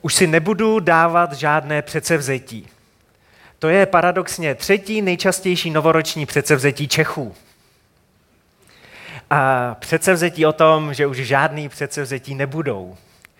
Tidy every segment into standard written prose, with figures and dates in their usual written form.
Už si nebudu dávat žádné předsevzetí. To je paradoxně třetí nejčastější novoroční předsevzetí Čechů. A předsevzetí o tom, že už žádný předsevzetí nebudou.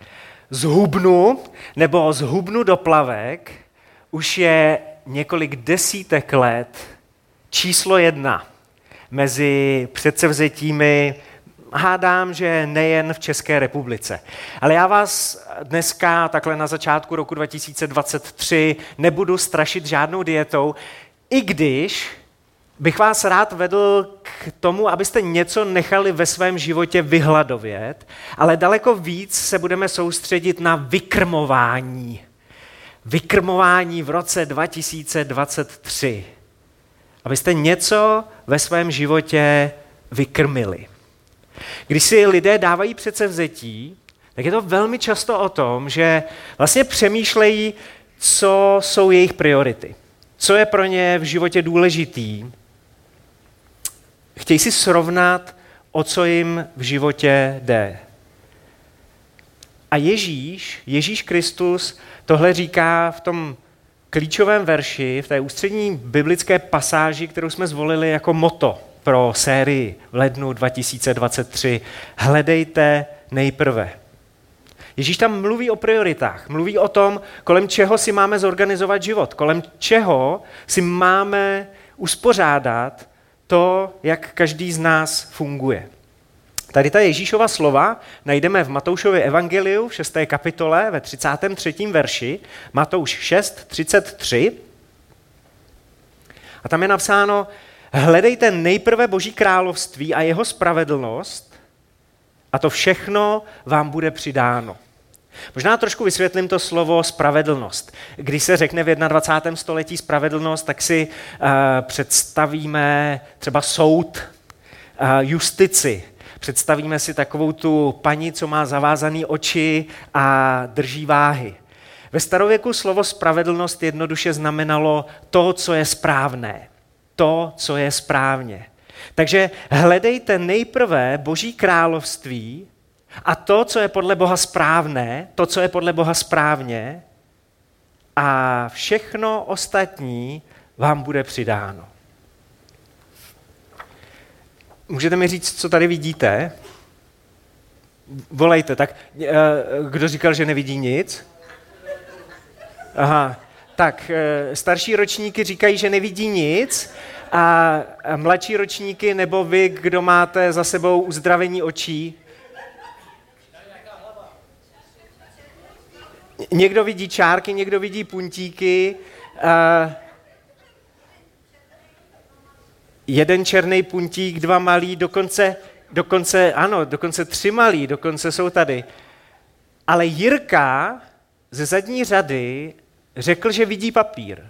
Zhubnu do plavek už je několik desítek let číslo 1 mezi předsevzetími. Hádám, že nejen v České republice. Ale já vás dneska, takhle na začátku roku 2023, nebudu strašit žádnou dietou, i když bych vás rád vedl k tomu, abyste něco nechali ve svém životě vyhladovět, ale daleko víc se budeme soustředit na vykrmování. Vykrmování v roce 2023. Abyste něco ve svém životě vykrmili. Když si lidé dávají předsevzetí, tak je to velmi často o tom, že vlastně přemýšlejí, co jsou jejich priority. Co je pro ně v životě důležitý. Chtějí si srovnat, o co jim v životě jde. A Ježíš Kristus tohle říká v tom klíčovém verši, v té ústřední biblické pasáži, kterou jsme zvolili jako motto pro sérii v lednu 2023. Hledejte nejprve. Ježíš tam mluví o prioritách, mluví o tom, kolem čeho si máme zorganizovat život, kolem čeho si máme uspořádat to, jak každý z nás funguje. Tady ta Ježíšova slova najdeme v Matoušově evangeliu v 6. kapitole ve 33. verši, Matouš 6:33. A tam je napsáno: hledejte nejprve Boží království a jeho spravedlnost a to všechno vám bude přidáno. Možná trošku vysvětlím to slovo spravedlnost. Když se řekne v 21. století spravedlnost, tak si představíme třeba soud, justici. Představíme si takovou tu paní, co má zavázané oči a drží váhy. Ve starověku slovo spravedlnost jednoduše znamenalo to, co je správné. To, co je správně. Takže hledejte nejprve Boží království a to, co je podle Boha správné, to, co je podle Boha správně, a všechno ostatní vám bude přidáno. Můžete mi říct, co tady vidíte? Volejte, tak kdo říkal, že nevidí nic? Aha, tak starší ročníky říkají, že nevidí nic, a mladší ročníky nebo vy, kdo máte za sebou uzdravení očí? Někdo vidí čárky, někdo vidí puntíky. Jeden černý puntík, 2 malí, dokonce 3 malí, dokonce jsou tady. Ale Jirka ze zadní řady řekl, že vidí papír.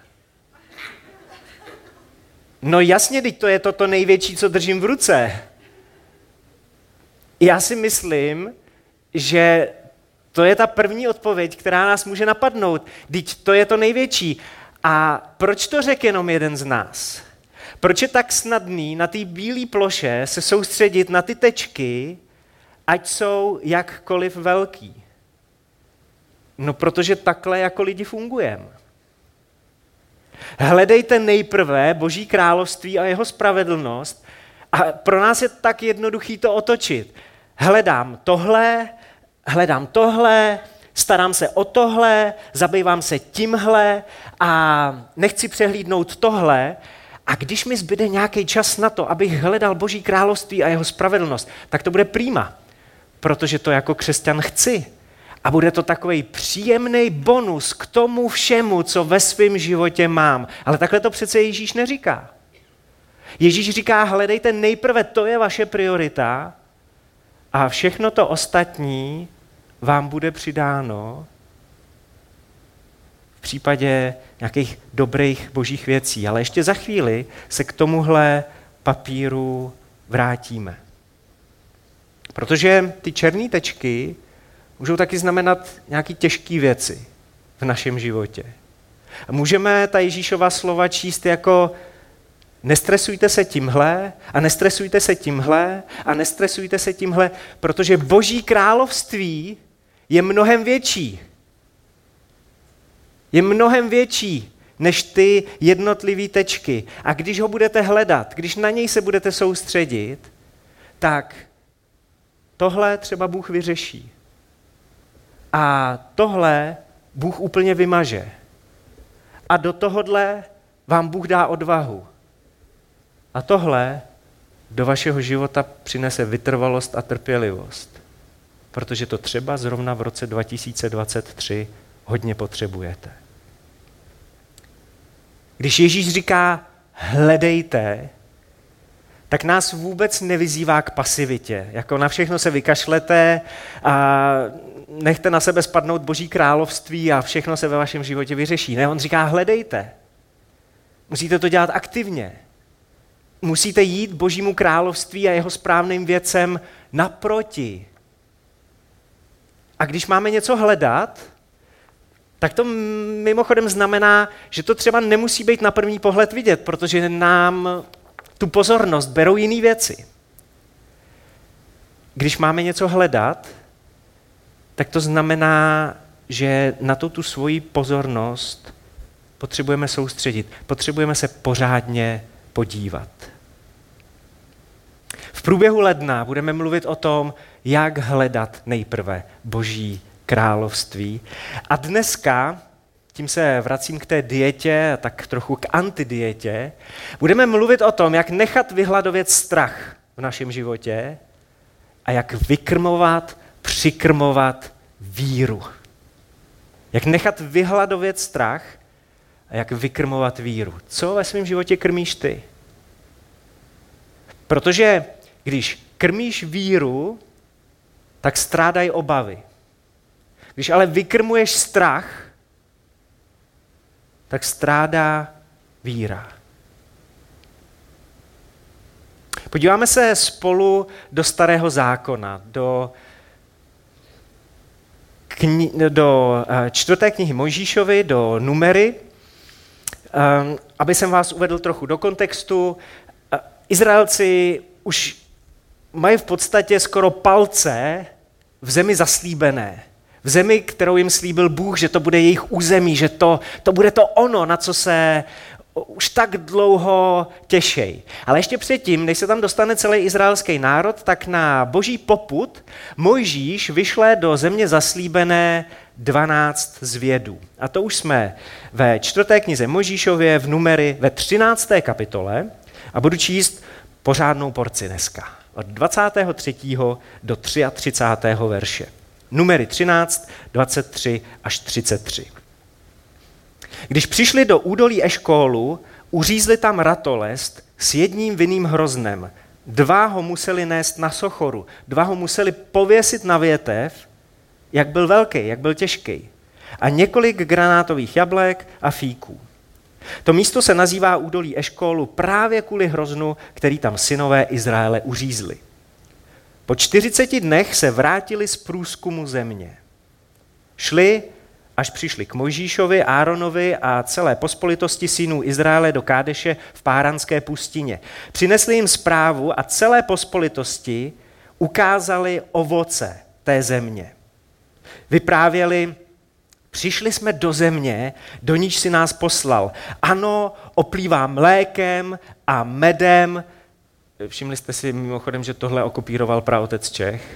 No jasně, teď to je to největší, co držím v ruce. Já si myslím, že to je ta první odpověď, která nás může napadnout. Teď to je to největší. A proč to řekl jenom jeden z nás? Proč je tak snadný na té bílé ploše se soustředit na ty tečky, ať jsou jakkoliv velký? No protože takhle jako lidi fungujeme. Hledejte nejprve Boží království a jeho spravedlnost a pro nás je tak jednoduchý to otočit. Hledám tohle, starám se o tohle, zabývám se tímhle a nechci přehlídnout tohle. A když mi zbyde nějaký čas na to, abych hledal Boží království a jeho spravedlnost, tak to bude prima, protože to jako křesťan chci. A bude to takový příjemný bonus k tomu všemu, co ve svém životě mám. Ale takhle to přece Ježíš neříká. Ježíš říká, hledejte nejprve, to je vaše priorita a všechno to ostatní vám bude přidáno v případě nějakých dobrých božích věcí. Ale ještě za chvíli se k tomuhle papíru vrátíme. Protože ty černé tečky můžou taky znamenat nějaké těžké věci v našem životě. A můžeme ta Ježíšova slova číst jako nestresujte se tímhle a nestresujte se tímhle a nestresujte se tímhle, protože Boží království je mnohem větší. Je mnohem větší než ty jednotlivé tečky. A když ho budete hledat, když na něj se budete soustředit, tak tohle třeba Bůh vyřeší. A tohle Bůh úplně vymaže. A do tohodle vám Bůh dá odvahu. A tohle do vašeho života přinese vytrvalost a trpělivost. Protože to třeba zrovna v roce 2023 hodně potřebujete. Když Ježíš říká hledejte, tak nás vůbec nevyzývá k pasivitě. Jako na všechno se vykašlete a nechte na sebe spadnout Boží království a všechno se ve vašem životě vyřeší. Ne, on říká hledejte. Musíte to dělat aktivně. Musíte jít Božímu království a jeho správným věcem naproti. A když máme něco hledat, tak to mimochodem znamená, že to třeba nemusí být na první pohled vidět, protože nám tu pozornost berou jiné věci. Když máme něco hledat, tak to znamená, že na tu svoji pozornost potřebujeme soustředit, potřebujeme se pořádně podívat. V průběhu ledna budeme mluvit o tom, jak hledat nejprve Boží království. A dneska, tím se vracím k té dietě, tak trochu k antidietě, budeme mluvit o tom, jak nechat vyhladovět strach v našem životě a jak vykrmovat, přikrmovat víru. Jak nechat vyhladovět strach a jak vykrmovat víru. Co ve svém životě krmíš ty? Protože když krmíš víru, tak strádají obavy. Když ale vykrmuješ strach, tak strádá víra. Podíváme se spolu do Starého zákona, do 4. knihy Mojžíšovy, do Numery, aby jsem vás uvedl trochu do kontextu. Izraelci už mají v podstatě skoro palce v zemi zaslíbené. V zemi, kterou jim slíbil Bůh, že to bude jejich území, že to bude to ono, na co se už tak dlouho těšej. Ale ještě předtím, než se tam dostane celý izraelský národ, tak na Boží popud Mojžíš vyšle do země zaslíbené 12 zvědů. A to už jsme ve 4. knize Mojžíšově v Numery ve 13. kapitole a budu číst pořádnou porci dneska. Od 23. do 33. verše. Numery 13, 23 až 33. Když přišli do údolí Eškólu, uřízli tam ratolest s jedním vinným hroznem. 2 ho museli nést na sochoru, 2 ho museli pověsit na větev, jak byl velký, jak byl těžký. A několik granátových jablek a fíků. To místo se nazývá údolí Eškólu právě kvůli hroznu, který tam synové Izraele uřízli. Po 40 dnech se vrátili z průzkumu země. Šli, až přišli k Mojžíšovi, Áronovi a celé pospolitosti synů Izraele do Kádeše v Páranské pustině. Přinesli jim zprávu a celé pospolitosti ukázali ovoce té země. Vyprávěli, přišli jsme do země, do níž si nás poslal. Ano, oplývá mlékem a medem. Všimli jste si mimochodem, že tohle okopíroval praotec Čech?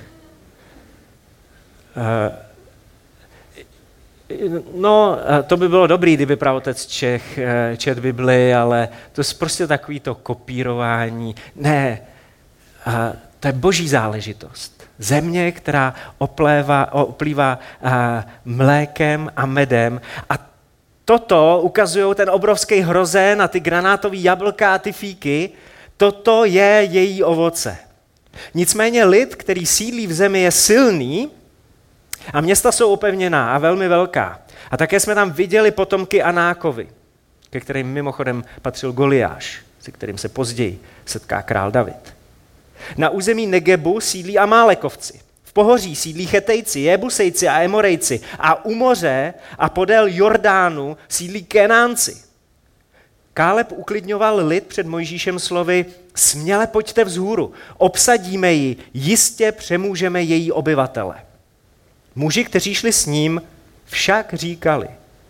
No, to by bylo dobrý, kdyby praotec Čech čet Bibli, ale to je prostě takový to kopírování. Ne, to je boží záležitost. Země, která oplývá mlékem a medem. A toto ukazují ten obrovský hrozen a ty granátový jablka a ty fíky. Toto je její ovoce. Nicméně lid, který sídlí v zemi, je silný a města jsou opevněná a velmi velká. A také jsme tam viděli potomky Anákovi, ke kterým mimochodem patřil Goliáš, se kterým se později setká král David. Na území Negebu sídlí Amálekovci. V pohoří sídlí Chetejci, Jebusejci a Emorejci. A u moře a podél Jordánu sídlí Kenánci. Káleb uklidňoval lid před Mojžíšem slovy: směle pojďte vzhůru, obsadíme ji, jistě přemůžeme její obyvatele. Muži, kteří šli s ním, však říkali: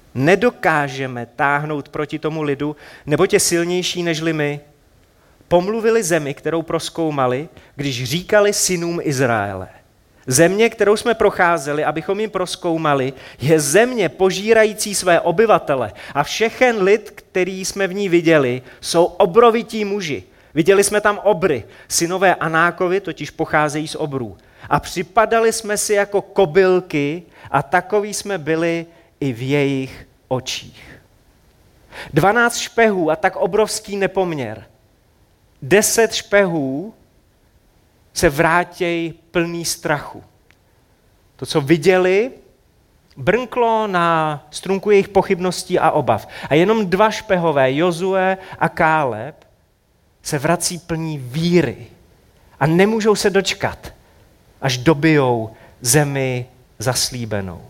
Nedokážeme táhnout proti tomu lidu, neboť je silnější nežli my. Pomluvili zemi, kterou prozkoumali, když říkali synům Izraele. Země, kterou jsme procházeli, abychom jim prozkoumali, je země požírající své obyvatele a všechen lid, který jsme v ní viděli, jsou obrovití muži. Viděli jsme tam obry, synové Anákovi totiž pocházejí z obrů. A připadali jsme si jako kobylky a takoví jsme byli i v jejich očích. 12 špehů a tak obrovský nepoměr. 10 špehů se vrátějí plný strachu. To, co viděli, brnklo na strunku jejich pochybností a obav. A jenom 2 špehové, Jozue a Káleb, se vrací plní víry a nemůžou se dočkat, až dobijou zemi zaslíbenou.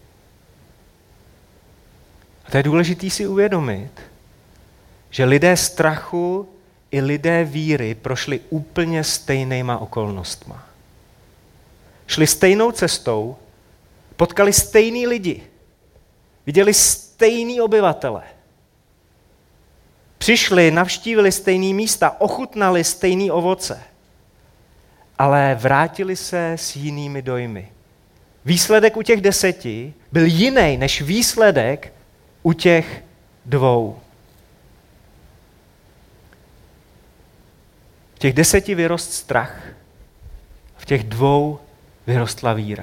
A to je důležité si uvědomit, že lidé strachu i lidé víry prošli úplně stejnýma okolnostma. Šli stejnou cestou, potkali stejný lidi, viděli stejný obyvatele. Přišli, navštívili stejný místa, ochutnali stejný ovoce, ale vrátili se s jinými dojmy. Výsledek u těch 10 byl jiný než výsledek u těch 2. V těch 10 vyrost strach, v těch 2 vyrostla víra.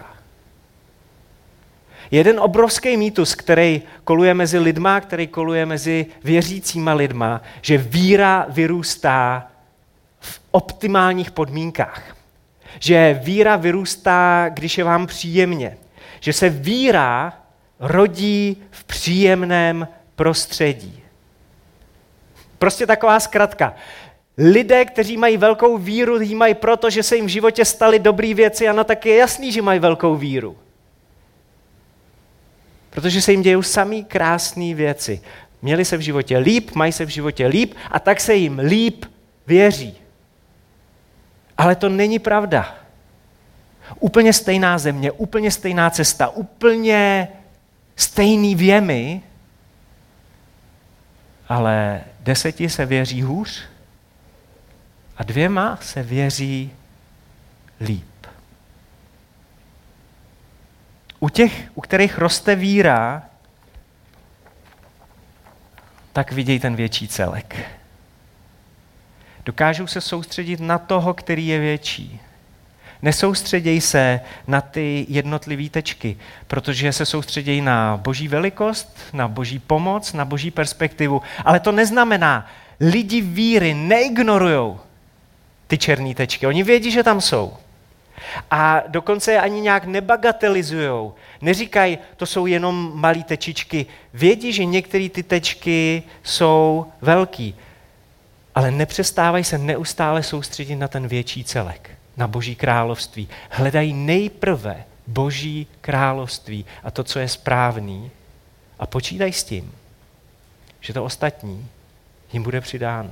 Jeden obrovský mýtus, který koluje mezi lidma, který koluje mezi věřícíma lidma, že víra vyrůstá v optimálních podmínkách. Že víra vyrůstá, když je vám příjemně. Že se víra rodí v příjemném prostředí. Prostě taková zkratka. Lidé, kteří mají velkou víru, ji mají proto, že se jim v životě staly dobré věci, a tak je jasný, že mají velkou víru. Protože se jim dějou samý krásné věci. Měli se v životě líp, mají se v životě líp a tak se jim líp věří. Ale to není pravda. Úplně stejná země, úplně stejná cesta, úplně stejný věmy, ale 10 se věří hůř a 2 se věří líp. U těch, u kterých roste víra, tak vidějí ten větší celek. Dokážou se soustředit na toho, který je větší. Nesoustředějí se na ty jednotlivé tečky, protože se soustředějí na boží velikost, na boží pomoc, na boží perspektivu. Ale to neznamená, lidi víry neignorujou ty černé tečky. Oni vědí, že tam jsou. A dokonce je ani nějak nebagatelizujou. Neříkají, to jsou jenom malé tečičky. Vědí, že některé ty tečky jsou velký. Ale nepřestávají se neustále soustředit na ten větší celek, na boží království. Hledají nejprve boží království a to, co je správný, a počítají s tím, že to ostatní jim bude přidáno.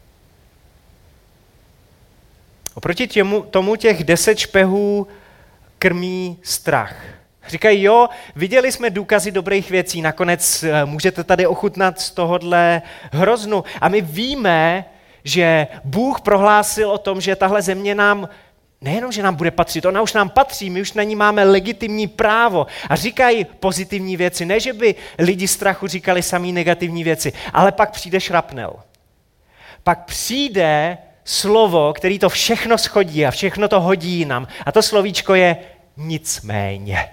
Oproti tomu těch 10 špehů krmí strach. Říkají, jo, viděli jsme důkazy dobrých věcí, nakonec můžete tady ochutnat z tohohle hroznu. A my víme, že Bůh prohlásil o tom, že tahle země nám, nejenom, že nám bude patřit, ona už nám patří, my už na ní máme legitimní právo. A říkají pozitivní věci, ne, že by lidi strachu říkali samý negativní věci, ale pak přijde šrapnel. Pak přijde slovo, který to všechno schodí a všechno to hodí jinam. A to slovíčko je nicméně.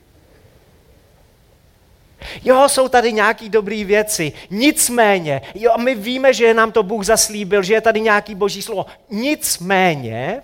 Jo, jsou tady nějaký dobrý věci, nicméně, jo, my víme, že nám to Bůh zaslíbil, že je tady nějaký boží slovo, nicméně.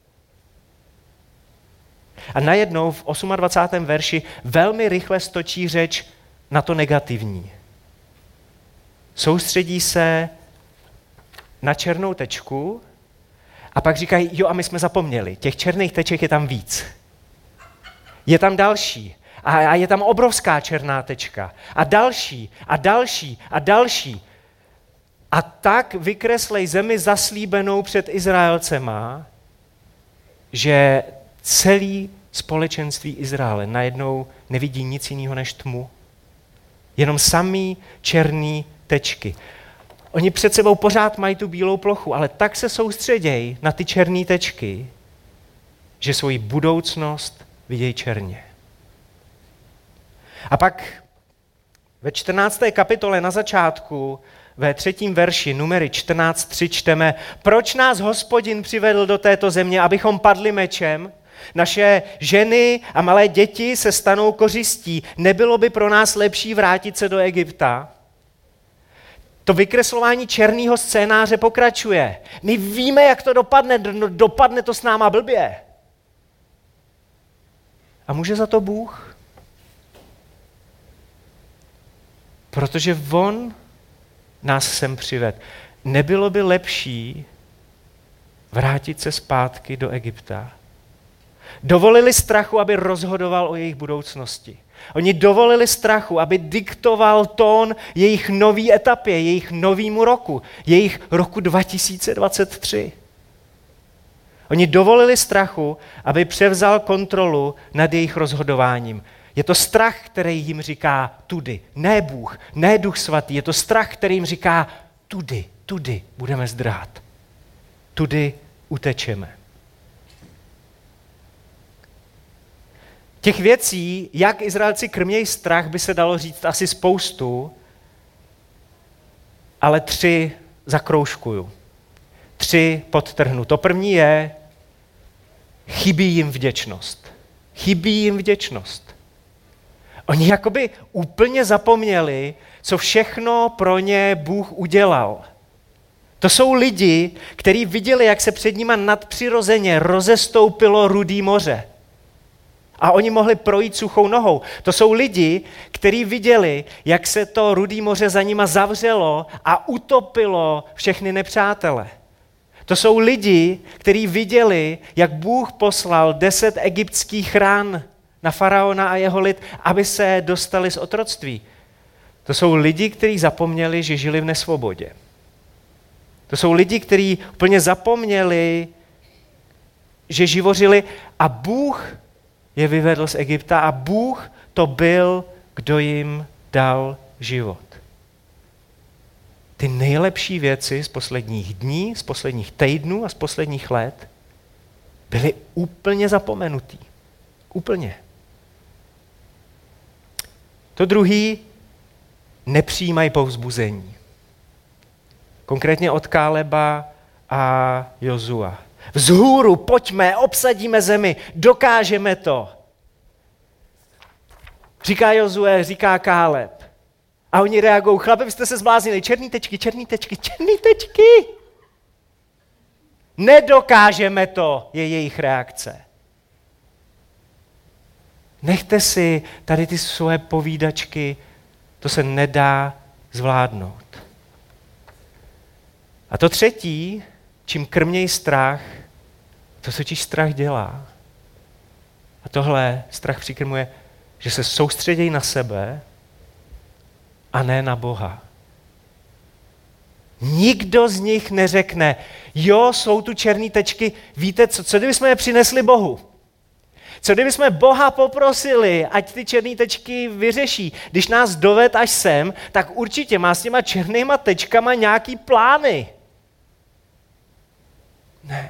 A najednou v 28. verši velmi rychle stočí řeč na to negativní. Soustředí se na černou tečku a pak říkají, jo, a my jsme zapomněli, těch černých teček je tam víc. Je tam další. A je tam obrovská černá tečka. A další, a další, a další. A tak vykreslej zemi zaslíbenou před Izraelcema, že celý společenství Izraele najednou nevidí nic jiného než tmu. Jenom samý černý tečky. Oni před sebou pořád mají tu bílou plochu, ale tak se soustředějí na ty černé tečky, že svoji budoucnost vidějí černě. A pak ve 14. kapitole na začátku, ve 3. verši, Numery 14:3 čteme, proč nás Hospodin přivedl do této země, abychom padli mečem? Naše ženy a malé děti se stanou kořistí. Nebylo by pro nás lepší vrátit se do Egypta? To vykreslování černého scénáře pokračuje. My víme, jak to dopadne. Dopadne to s náma blbě. A může za to Bůh? Protože on nás sem přived. Nebylo by lepší vrátit se zpátky do Egypta? Dovolili strachu, aby rozhodoval o jejich budoucnosti. Oni dovolili strachu, aby diktoval tón jejich nový etapě, jejich novýmu roku, jejich roku 2023. Oni dovolili strachu, aby převzal kontrolu nad jejich rozhodováním. Je to strach, který jim říká tudy, ne Bůh, ne Duch Svatý. Je to strach, který jim říká tudy budeme zdrhat. Tudy utečeme. Těch věcí, jak Izraelci krmějí strach, by se dalo říct asi spoustu, ale 3 zakroužkuju. 3 podtrhnu. To první je, chybí jim vděčnost. Chybí jim vděčnost. Oni jakoby úplně zapomněli, co všechno pro ně Bůh udělal. To jsou lidi, kteří viděli, jak se před nima nadpřirozeně rozestoupilo Rudý moře. A oni mohli projít suchou nohou. To jsou lidi, kteří viděli, jak se to Rudý moře za nima zavřelo a utopilo všechny nepřátele. To jsou lidi, kteří viděli, jak Bůh poslal 10 egyptských ran na faraona a jeho lid, aby se dostali z otroctví. To jsou lidi, kteří zapomněli, že žili v nesvobodě. To jsou lidi, kteří úplně zapomněli, že živořili a Bůh je vyvedl z Egypta a Bůh to byl, kdo jim dal život. Ty nejlepší věci z posledních dní, z posledních týdnů a z posledních let byly úplně zapomenutý. Úplně. To druhý, nepřijímají povzbuzení. Konkrétně od Káleba a Jozua. Vzhůru, pojďme, obsadíme zemi, dokážeme to. Říká Jozue, říká Káleb. A oni reagují, chlape, vy jste se zbláznili, černý tečky. Nedokážeme to, je jejich reakce. Nechte si tady ty svoje povídačky, to se nedá zvládnout. A to třetí, čím krmějí strach, to se totiž strach dělá. A tohle strach přikrmuje, že se soustředějí na sebe a ne na Boha. Nikdo z nich neřekne, jo, jsou tu černé tečky, víte co kdybychom je přinesli Bohu? Co kdybychom Boha poprosili, ať ty černé tečky vyřeší? Když nás doved až sem, tak určitě má s těma černýma tečkama nějaký plány. Ne.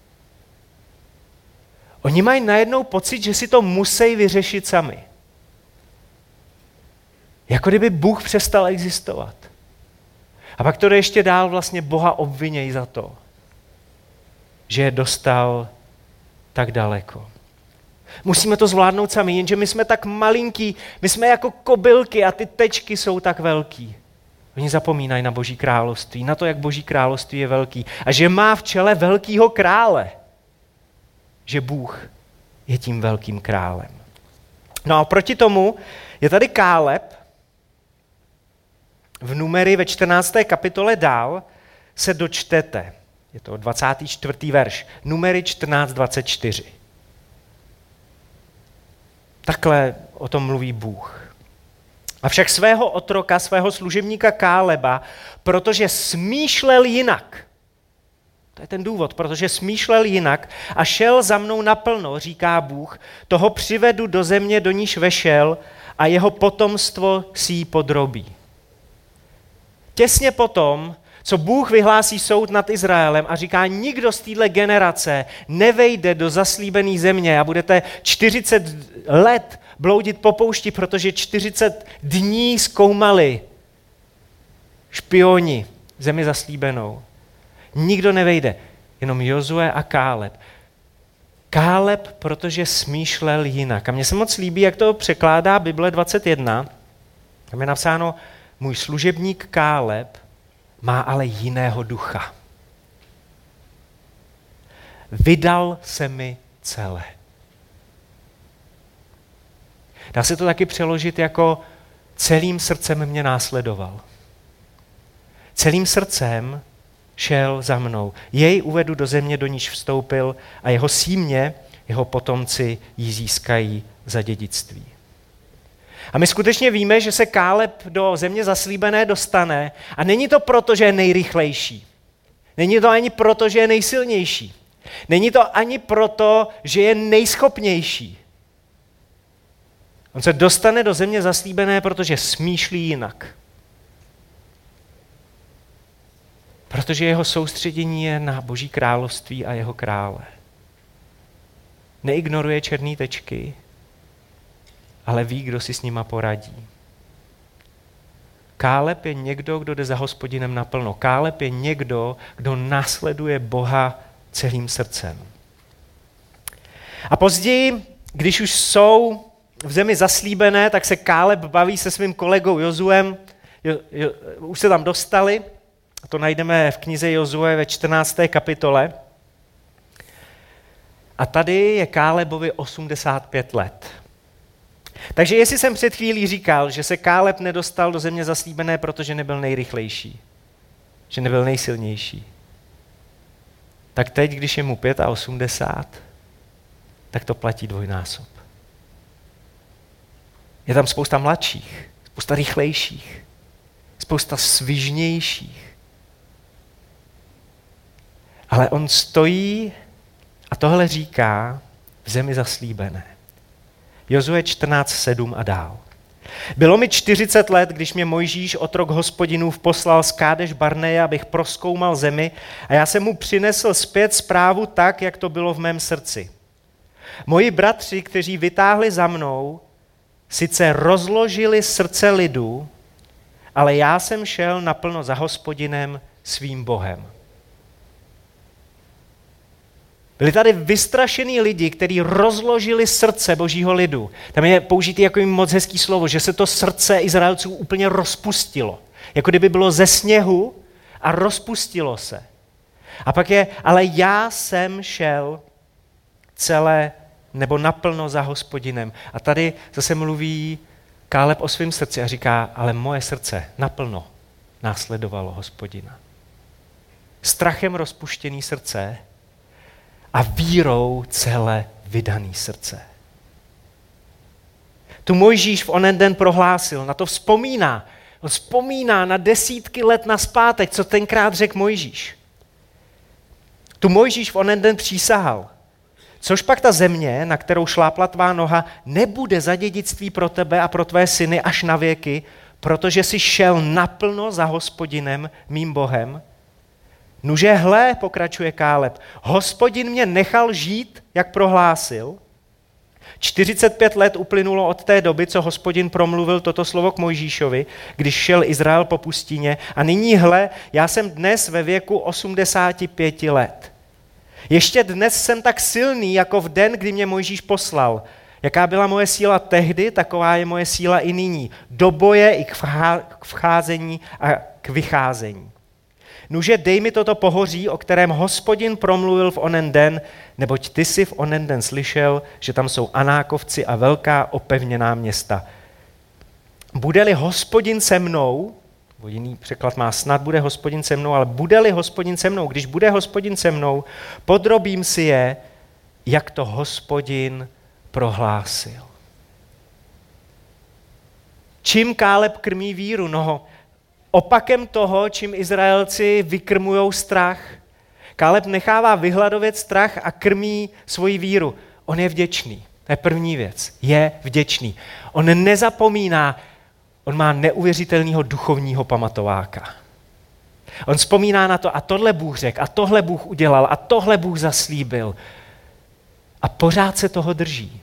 Oni mají najednou pocit, že si to musí vyřešit sami. Jako kdyby Bůh přestal existovat. A pak to jde ještě dál, vlastně Boha obvinějí za to, že je dostal tak daleko. Musíme to zvládnout sami, jenže my jsme tak malinký, my jsme jako kobylky a ty tečky jsou tak velký. Oni zapomínají na Boží království, na to, jak Boží království je velký a že má v čele velkýho krále. Že Bůh je tím velkým králem. No a proti tomu je tady Káleb. V Numery ve 14. kapitole dál se dočtete. Je to 24. verš. Numery 14:24. Takhle o tom mluví Bůh. Avšak svého otroka, svého služebníka Káleba, protože smýšlel jinak. To je ten důvod, protože smýšlel jinak a šel za mnou naplno, říká Bůh, toho přivedu do země, do níž vešel a jeho potomstvo si ji podrobí. Těsně potom, co Bůh vyhlásí soud nad Izraelem a říká, nikdo z téhle generace nevejde do zaslíbené země a budete 40 let bloudit po poušti, protože 40 dní zkoumali špioni zemi zaslíbenou. Nikdo nevejde, jenom Jozue a Káleb. Káleb, protože smýšlel jinak. A mně se moc líbí, jak to překládá Bible 21. Tam je napsáno, můj služebník Káleb má ale jiného ducha. Vydal se mi celé. Dá se to taky přeložit jako celým srdcem mě následoval. Celým srdcem šel za mnou. Jej uvedu do země, do níž vstoupil a jeho símě, jeho potomci ji získají za dědictví. A my skutečně víme, že se Káleb do země zaslíbené dostane a není to proto, že je nejrychlejší. Není to ani proto, že je nejsilnější. Není to ani proto, že je nejschopnější. On se dostane do země zaslíbené, protože smýšlí jinak. Protože jeho soustředění je na Boží království a jeho krále. Neignoruje černé tečky, ale ví, kdo si s nima poradí. Káleb je někdo, kdo jde za Hospodinem naplno. Káleb je někdo, kdo následuje Boha celým srdcem. A později, když už jsou v zemi zaslíbené, tak se Káleb baví se svým kolegou Jozuem. Už se tam dostali, to najdeme v knize Jozue ve 14. kapitole. A tady je Kálebovi 85 let. Takže jestli jsem před chvílí říkal, že se Káleb nedostal do země zaslíbené, protože nebyl nejrychlejší, že nebyl nejsilnější, tak teď, když je mu 85, tak to platí dvojnásob. Je tam spousta mladších, spousta rychlejších, spousta svižnějších. Ale on stojí a tohle říká v zemi zaslíbené. Jozue 14:7 a dál. Bylo mi 40 let, když mě Mojžíš, otrok Hospodinův, poslal z Kádeš Barneje, abych prozkoumal zemi a já jsem mu přinesl zpět zprávu tak, jak to bylo v mém srdci. Moji bratři, kteří vytáhli za mnou, sice rozložili srdce lidu, ale já jsem šel naplno za Hospodinem svým Bohem. Byli tady vystrašený lidi, kteří rozložili srdce Božího lidu. Tam je použitý jako moc hezký slovo, že se to srdce Izraelců úplně rozpustilo. Jako kdyby bylo ze sněhu a rozpustilo se. A pak je, ale já jsem šel celé nebo naplno za Hospodinem. A tady zase mluví Káleb o svém srdci a říká, ale moje srdce naplno následovalo Hospodina. Strachem rozpuštěný srdce a vírou celé vydaný srdce. Tu Mojžíš v onen den prohlásil, na to vzpomíná. On vzpomíná na desítky let nazpátek, co tenkrát řekl Mojžíš. Tu Mojžíš v onen den přísahal. Což pak ta země, na kterou šlápla tvá noha, nebude za dědictví pro tebe a pro tvé syny až na věky, protože jsi šel naplno za Hospodinem, mým Bohem. Nuže hle, pokračuje Káleb, Hospodin mě nechal žít, jak prohlásil. 45 let uplynulo od té doby, co Hospodin promluvil toto slovo k Mojžíšovi, když šel Izrael po pustině. A nyní hle, já jsem dnes ve věku 85 let. Ještě dnes jsem tak silný, jako v den, kdy mě Mojžíš poslal. Jaká byla moje síla tehdy, taková je moje síla i nyní. Do boje i k vcházení a k vycházení. Nuže dej mi toto pohoří, o kterém Hospodin promluvil v onen den, neboť ty jsi v onen den slyšel, že tam jsou Anákovci a velká opevněná města. Bude-li Hospodin se mnou, jiný překlad má snad bude Hospodin se mnou, ale bude-li Hospodin se mnou, když bude Hospodin se mnou, podrobím si je, jak to Hospodin prohlásil. Čím Káleb krmí víru? No, opakem toho, čím Izraelci vykrmujou strach. Káleb nechává vyhladovět strach a krmí svoji víru. On je vděčný. To je první věc. Je vděčný. On nezapomíná, on má neuvěřitelného duchovního pamatováka. On vzpomíná na to, a tohle Bůh řekl, a tohle Bůh udělal, a tohle Bůh zaslíbil. A pořád se toho drží.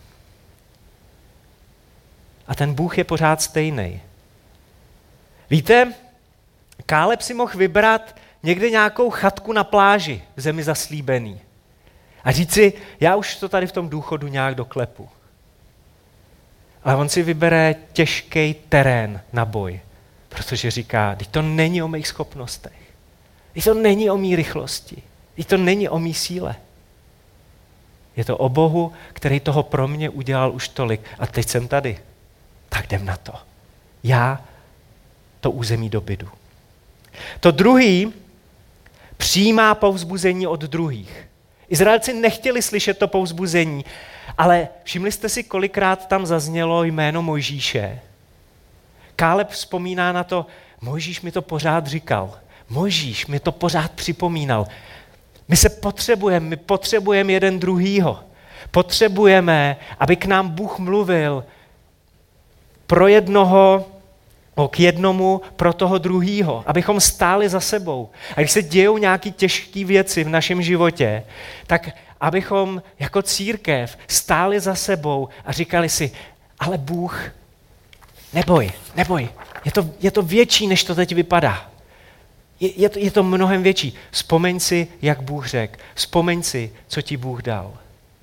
A ten Bůh je pořád stejný. Víte, Káleb si mohl vybrat někde nějakou chatku na pláži v zemi zaslíbený. A říct si, já už to tady v tom důchodu nějak doklepu. Ale on si vybere těžký terén na boj, protože říká, teď to není o mých schopnostech, teď to není o mý rychlosti, teď to není o mý síle. Je to o Bohu, který toho pro mě udělal už tolik a teď jsem tady. Tak jdem na to. Já to území dobydu. To druhý přijímá povzbuzení od druhých. Izraelci nechtěli slyšet to povzbuzení, ale všimli jste si, kolikrát tam zaznělo jméno Mojžíše. Káleb vzpomíná na to, Mojžíš mi to pořád říkal, Mojžíš mi to pořád připomínal. My potřebujeme jeden druhýho. Potřebujeme, aby k nám Bůh mluvil pro jednoho, k jednomu, pro toho druhýho, abychom stáli za sebou. A když se dějou nějaké těžké věci v našem životě, tak abychom jako církev stáli za sebou a říkali si, ale Bůh, neboj, je to větší, než to teď vypadá. Je to mnohem větší. Vzpomeň si, jak Bůh řekl. Vzpomeň si, co ti Bůh dal.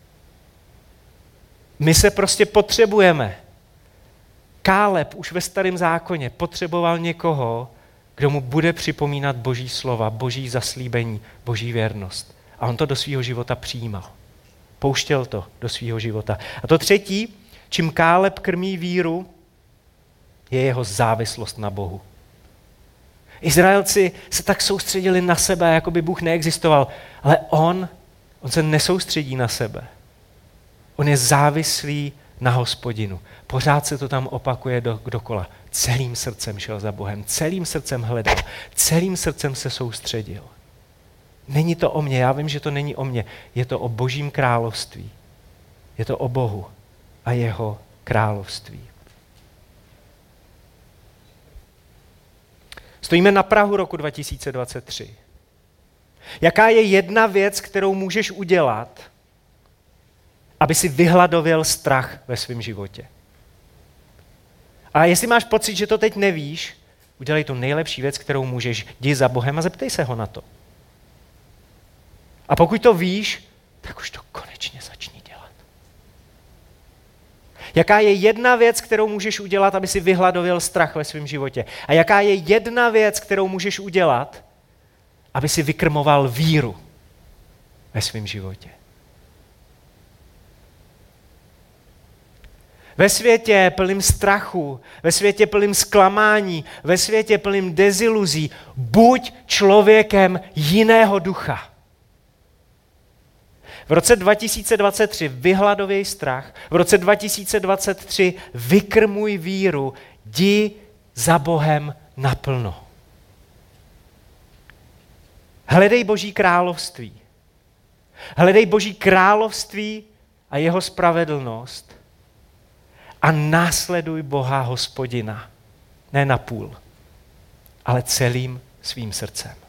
My se prostě potřebujeme. Káleb už ve Starém zákoně potřeboval někoho, kdo mu bude připomínat Boží slova, Boží zaslíbení, Boží věrnost. A on to do svého života přijímal. Pouštěl to do svého života. A to třetí, čím Káleb krmí víru, je jeho závislost na Bohu. Izraelci se tak soustředili na sebe, jako by Bůh neexistoval, ale on se nesoustředí na sebe. On je závislý na Hospodinu. Pořád se to tam opakuje dokola. Celým srdcem šel za Bohem, celým srdcem hledal, celým srdcem se soustředil. Není to o mně, já vím, že to není o mně, je to o Božím království. Je to o Bohu a jeho království. Stojíme na prahu roku 2023. Jaká je jedna věc, kterou můžeš udělat, aby si vyhladověl strach ve svém životě? A jestli máš pocit, že to teď nevíš, udělej tu nejlepší věc, kterou můžeš. Jdi za Bohem a zeptej se ho na to. A pokud to víš, tak už to konečně začni dělat. Jaká je jedna věc, kterou můžeš udělat, aby si vyhladověl strach ve svém životě? A jaká je jedna věc, kterou můžeš udělat, aby si vykrmoval víru ve svém životě? Ve světě plným strachu, ve světě plným zklamání, ve světě plným deziluzí, buď člověkem jiného ducha. V roce 2023 vyhladověj strach, v roce 2023 vykrmuj víru, jdi za Bohem naplno. Hledej Boží království. Hledej Boží království a jeho spravedlnost a následuj Boha Hospodina. Ne na půl, ale celým svým srdcem.